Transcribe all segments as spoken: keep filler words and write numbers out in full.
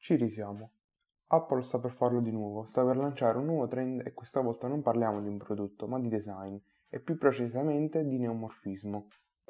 Ci risiamo. Apple sta per farlo di nuovo, sta per lanciare un nuovo trend e questa volta non parliamo di un prodotto, ma di design, e più precisamente di neomorfismo.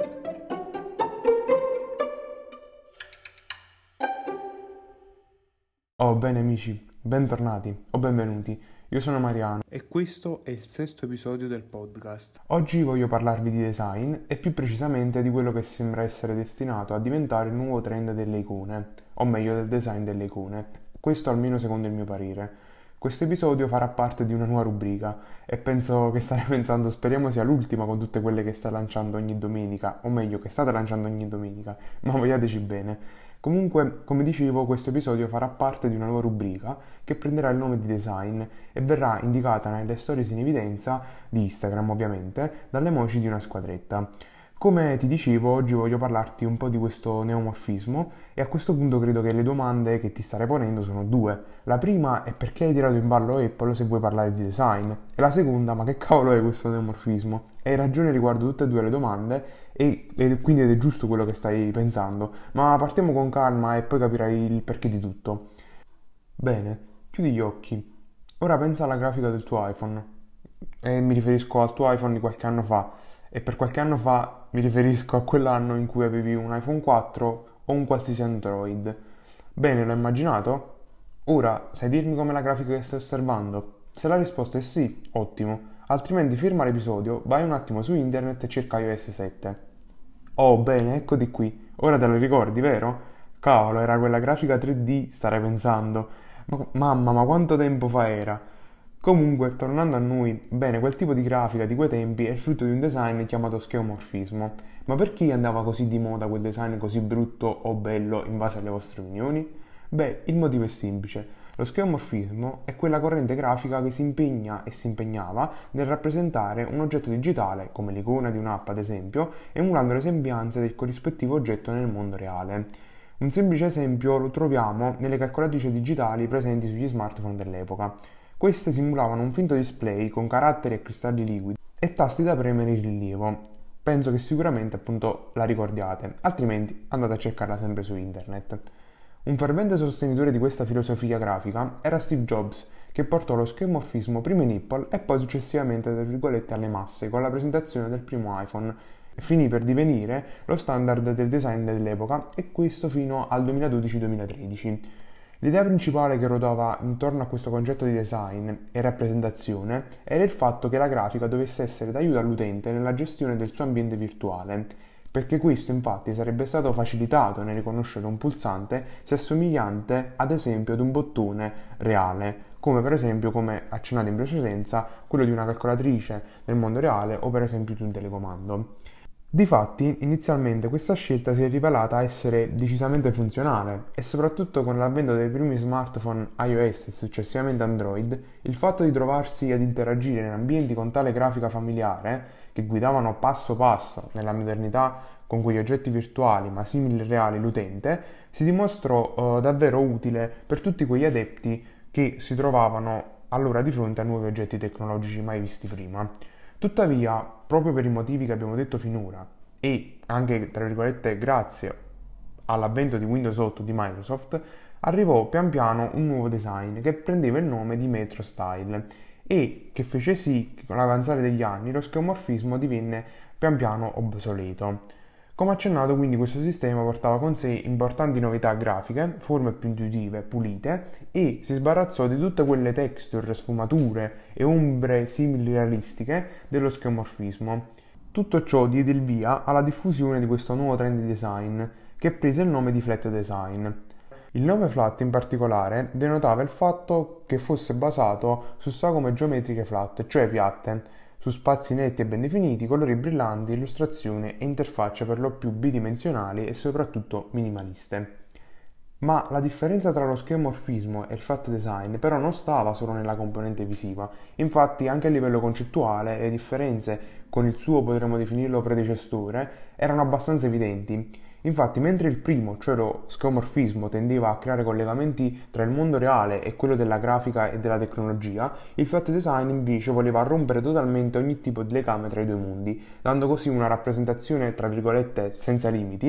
Oh, bene amici, bentornati o benvenuti. Io sono Mariano e questo è il sesto episodio del podcast. Oggi voglio parlarvi di design e più precisamente di quello che sembra essere destinato a diventare il nuovo trend delle icone, o meglio del design delle icone. Questo almeno secondo il mio parere. Questo episodio farà parte di una nuova rubrica e penso che starei pensando, speriamo sia l'ultima con tutte quelle che sta lanciando ogni domenica, o meglio che state lanciando ogni domenica, ma vogliateci bene. Comunque, come dicevo, questo episodio farà parte di una nuova rubrica che prenderà il nome di design e verrà indicata nelle stories in evidenza di Instagram, ovviamente, dalle emoji di una squadretta. Come ti dicevo, oggi voglio parlarti un po' di questo neomorfismo e a questo punto credo che le domande che ti starei ponendo sono due. La prima è perché hai tirato in ballo Apple se vuoi parlare di design e la seconda, ma che cavolo è questo neomorfismo? E hai ragione riguardo tutte e due le domande e, e quindi ed è giusto quello che stai pensando, ma partiamo con calma e poi capirai il perché di tutto. Bene, chiudi gli occhi. Ora pensa alla grafica del tuo iPhone e mi riferisco al tuo iPhone di qualche anno fa e per qualche anno fa mi riferisco a quell'anno in cui avevi un iPhone quattro o un qualsiasi Android. Bene, l'ho immaginato? Ora, sai dirmi com'è la grafica che stai osservando? Se la risposta è sì, ottimo, altrimenti firma l'episodio, vai un attimo su internet e cerca iOS sette. Oh, bene, eccoti qui. Ora te lo ricordi, vero? Cavolo, era quella grafica tre D, starei pensando. Ma, mamma, ma quanto tempo fa era? Comunque, tornando a noi, bene, quel tipo di grafica di quei tempi è il frutto di un design chiamato scheomorfismo. Ma per chi andava così di moda quel design così brutto o bello in base alle vostre opinioni? Beh, il motivo è semplice. Lo scheomorfismo è quella corrente grafica che si impegna e si impegnava nel rappresentare un oggetto digitale, come l'icona di un'app ad esempio, emulando le sembianze del corrispettivo oggetto nel mondo reale. Un semplice esempio lo troviamo nelle calcolatrici digitali presenti sugli smartphone dell'epoca. Queste simulavano un finto display con caratteri e cristalli liquidi e tasti da premere in rilievo. Penso che sicuramente appunto la ricordiate, altrimenti andate a cercarla sempre su internet. Un fervente sostenitore di questa filosofia grafica era Steve Jobs, che portò lo scheomorfismo prima in Apple e poi successivamente tra virgolette alle masse con la presentazione del primo iPhone e finì per divenire lo standard del design dell'epoca e questo fino al duemiladodici duemilatredici. L'idea principale che ruotava intorno a questo concetto di design e rappresentazione era il fatto che la grafica dovesse essere d'aiuto all'utente nella gestione del suo ambiente virtuale, perché questo infatti sarebbe stato facilitato nel riconoscere un pulsante se assomigliante ad esempio ad un bottone reale, come per esempio, come accennato in precedenza, quello di una calcolatrice nel mondo reale o per esempio di un telecomando. Difatti, inizialmente questa scelta si è rivelata essere decisamente funzionale e soprattutto con l'avvento dei primi smartphone iOS e successivamente Android, il fatto di trovarsi ad interagire in ambienti con tale grafica familiare, che guidavano passo passo nella modernità con quegli oggetti virtuali ma simili e reali l'utente, si dimostrò eh, davvero utile per tutti quegli adepti che si trovavano allora di fronte a nuovi oggetti tecnologici mai visti prima. Tuttavia, proprio per i motivi che abbiamo detto finora e anche tra virgolette grazie all'avvento di Windows otto di Microsoft, arrivò pian piano un nuovo design che prendeva il nome di Metro Style e che fece sì che con l'avanzare degli anni lo scheomorfismo divenne pian piano obsoleto. Come accennato, quindi, questo sistema portava con sé importanti novità grafiche, forme più intuitive, pulite e si sbarazzò di tutte quelle texture, sfumature e ombre simili realistiche dello scheomorfismo. Tutto ciò diede il via alla diffusione di questo nuovo trend di design, che prese il nome di flat design. Il nome flat in particolare denotava il fatto che fosse basato su sagome geometriche flat, cioè piatte, su spazi netti e ben definiti, colori brillanti, illustrazioni e interfacce per lo più bidimensionali e soprattutto minimaliste. Ma la differenza tra lo scheomorfismo e il flat design però non stava solo nella componente visiva, infatti anche a livello concettuale le differenze con il suo, potremmo definirlo, predecessore erano abbastanza evidenti. Infatti, mentre il primo, cioè lo scheomorfismo, tendeva a creare collegamenti tra il mondo reale e quello della grafica e della tecnologia, il flat design invece voleva rompere totalmente ogni tipo di legame tra i due mondi, dando così una rappresentazione, tra virgolette, senza limiti,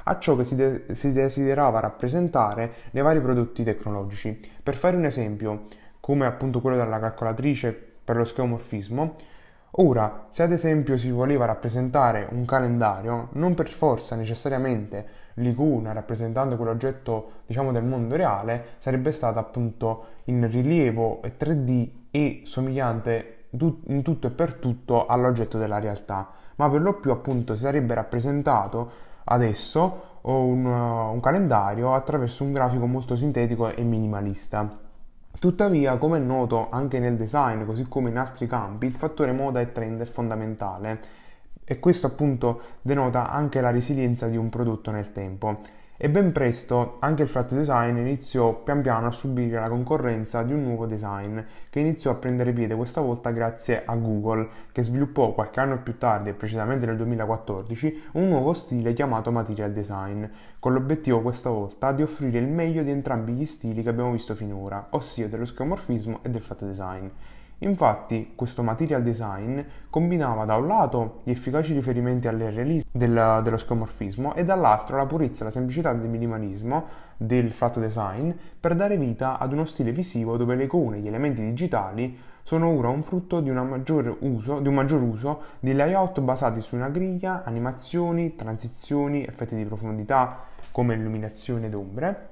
a ciò che si, de- si desiderava rappresentare nei vari prodotti tecnologici. Per fare un esempio, come appunto quello della calcolatrice per lo skeuomorfismo, ora, se ad esempio si voleva rappresentare un calendario, non per forza necessariamente l'icona rappresentando quell'oggetto, diciamo, del mondo reale, sarebbe stata appunto in rilievo tre D e somigliante in tutto e per tutto all'oggetto della realtà, ma per lo più appunto si sarebbe rappresentato adesso un, un calendario attraverso un grafico molto sintetico e minimalista. Tuttavia, come è noto anche nel design, così come in altri campi, il fattore moda e trend è fondamentale e questo appunto denota anche la resilienza di un prodotto nel tempo. E ben presto anche il flat design iniziò pian piano a subire la concorrenza di un nuovo design che iniziò a prendere piede questa volta grazie a Google, che sviluppò qualche anno più tardi, precisamente nel duemilaquattordici, un nuovo stile chiamato material design, con l'obiettivo questa volta di offrire il meglio di entrambi gli stili che abbiamo visto finora, ossia dello skeuomorfismo e del flat design. Infatti, questo material design combinava da un lato gli efficaci riferimenti al realismo del, dello skeuomorfismo e dall'altro la purezza e la semplicità del minimalismo del flat design per dare vita ad uno stile visivo dove le icone e gli elementi digitali sono ora un frutto di, una maggior uso, di un maggior uso di layout basati su una griglia, animazioni, transizioni, effetti di profondità come illuminazione ed ombre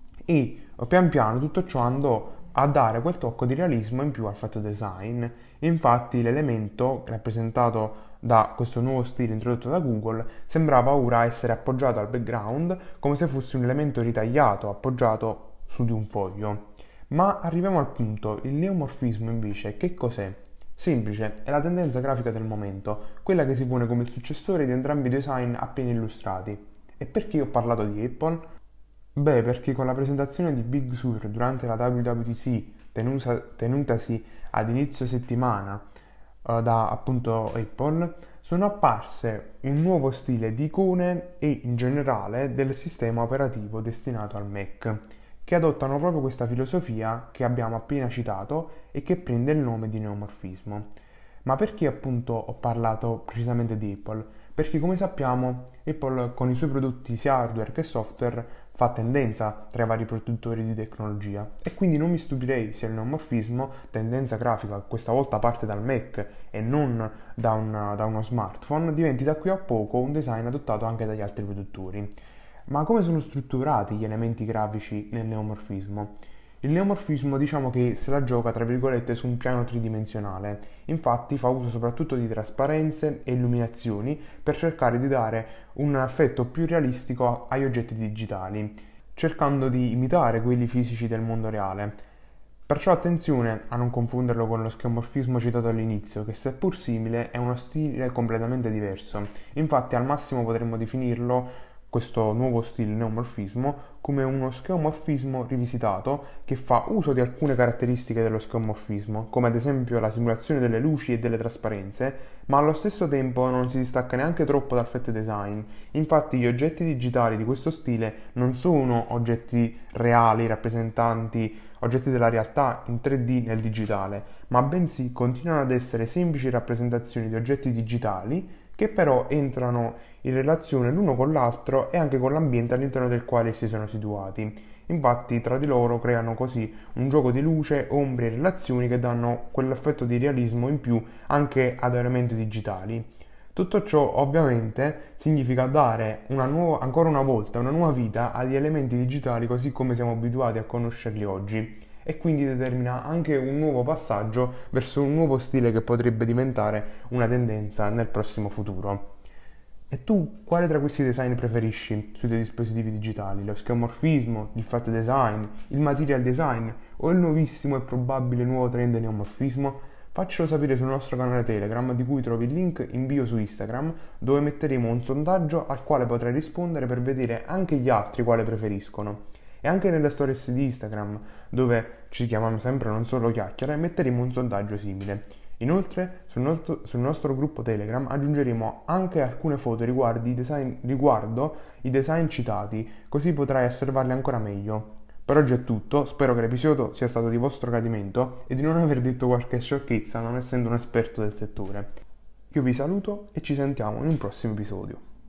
e pian piano tutto ciò andò a dare quel tocco di realismo in più al flat design. Infatti l'elemento rappresentato da questo nuovo stile introdotto da Google sembrava ora essere appoggiato al background come se fosse un elemento ritagliato, appoggiato su di un foglio. Ma arriviamo al punto, il neomorfismo invece che cos'è? Semplice, è la tendenza grafica del momento, quella che si pone come il successore di entrambi i design appena illustrati. E perché ho parlato di Apple? Beh, perché con la presentazione di Big Sur durante la W W D C tenuta, tenutasi ad inizio settimana uh, da appunto Apple, sono apparse un nuovo stile di icone e in generale del sistema operativo destinato al Mac, che adottano proprio questa filosofia che abbiamo appena citato e che prende il nome di neomorfismo. Ma perché appunto ho parlato precisamente di Apple? Perché come sappiamo Apple con i suoi prodotti sia hardware che software fa tendenza tra i vari produttori di tecnologia e quindi non mi stupirei se il neomorfismo, tendenza grafica questa volta parte dal Mac e non da, una, da uno smartphone, diventi da qui a poco un design adottato anche dagli altri produttori. Ma come sono strutturati gli elementi grafici nel neomorfismo? Il neomorfismo diciamo che se la gioca tra virgolette su un piano tridimensionale, infatti fa uso soprattutto di trasparenze e illuminazioni per cercare di dare un effetto più realistico agli oggetti digitali, cercando di imitare quelli fisici del mondo reale. Perciò attenzione a non confonderlo con lo skeuomorfismo citato all'inizio, che seppur simile è uno stile completamente diverso. Infatti al massimo potremmo definirlo questo nuovo stile neomorfismo come uno skeuomorfismo rivisitato che fa uso di alcune caratteristiche dello skeuomorfismo, come ad esempio la simulazione delle luci e delle trasparenze, ma allo stesso tempo non si distacca neanche troppo dal flat design. Infatti gli oggetti digitali di questo stile non sono oggetti reali rappresentanti oggetti della realtà in tre D nel digitale, ma bensì continuano ad essere semplici rappresentazioni di oggetti digitali che però entrano in relazione l'uno con l'altro e anche con l'ambiente all'interno del quale si sono situati. Infatti tra di loro creano così un gioco di luce, ombre e relazioni che danno quell'effetto di realismo in più anche ad elementi digitali. Tutto ciò ovviamente significa dare una nuova, ancora una volta una nuova vita agli elementi digitali così come siamo abituati a conoscerli oggi e quindi determina anche un nuovo passaggio verso un nuovo stile che potrebbe diventare una tendenza nel prossimo futuro. E tu quale tra questi design preferisci sui tuoi dispositivi digitali? Lo skeuomorfismo, il flat design, il material design o il nuovissimo e probabile nuovo trend neomorfismo? Faccelo sapere sul nostro canale Telegram, di cui trovi il link in bio su Instagram, dove metteremo un sondaggio al quale potrai rispondere per vedere anche gli altri quale preferiscono. E anche nelle stories di Instagram, dove ci chiamiamo sempre Non Solo Chiacchiere, metteremo un sondaggio simile. Inoltre, sul nostro, sul nostro gruppo Telegram aggiungeremo anche alcune foto riguardo i design, riguardo i design citati, così potrai osservarli ancora meglio. Per oggi è tutto, spero che l'episodio sia stato di vostro gradimento e di non aver detto qualche sciocchezza non essendo un esperto del settore. Io vi saluto e ci sentiamo in un prossimo episodio.